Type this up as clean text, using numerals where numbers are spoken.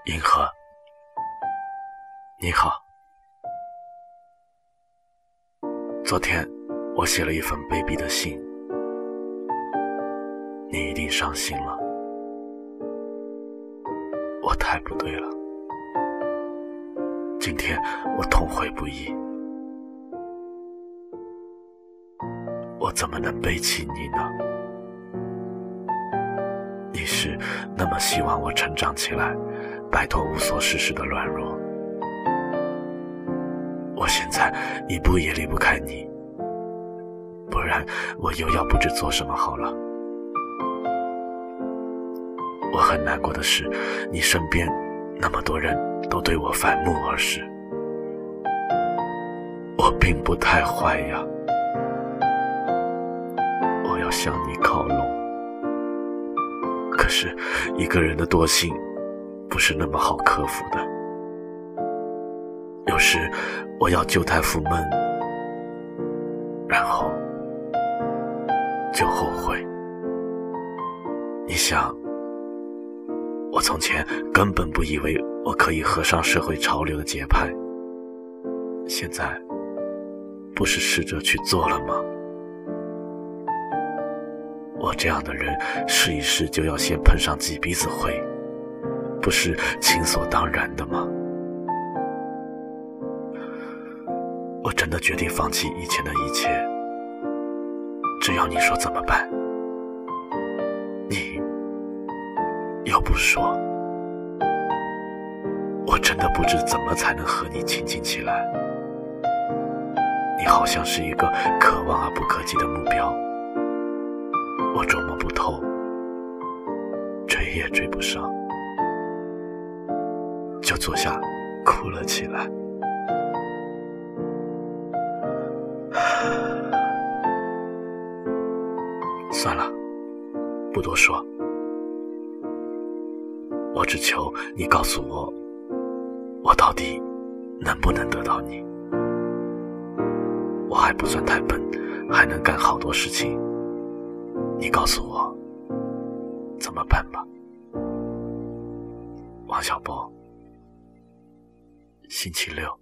银河，你好。昨天我写了一封卑鄙的信，你一定伤心了。我太不对了，今天我痛悔不已。我怎么能背弃你呢？你是那么希望我成长起来，摆脱无所事事的软弱。我现在一步也离不开你，不然我又要不知做什么好了。我很难过的是，你身边那么多人都对我反目而视。我并不太坏呀，我要向你靠拢。可是一个人的惰性不是那么好克服的，有时我要救他赴梦，然后就后悔。你想，我从前根本不以为我可以合上社会潮流的节拍，现在不是试着去做了吗？我这样的人试一试就要先碰上几鼻子灰，不是理所当然的吗？我真的决定放弃以前的一切，只要你说怎么办。你又不说，我真的不知怎么才能和你亲近起来。你好像是一个可望而不可及的目标，我琢磨不透，追也追不上，就坐下哭了起来。算了，不多说，我只求你告诉我，我到底能不能得到你。我还不算太笨，还能干好多事情，你告诉我怎么办吧。王小波，星期六。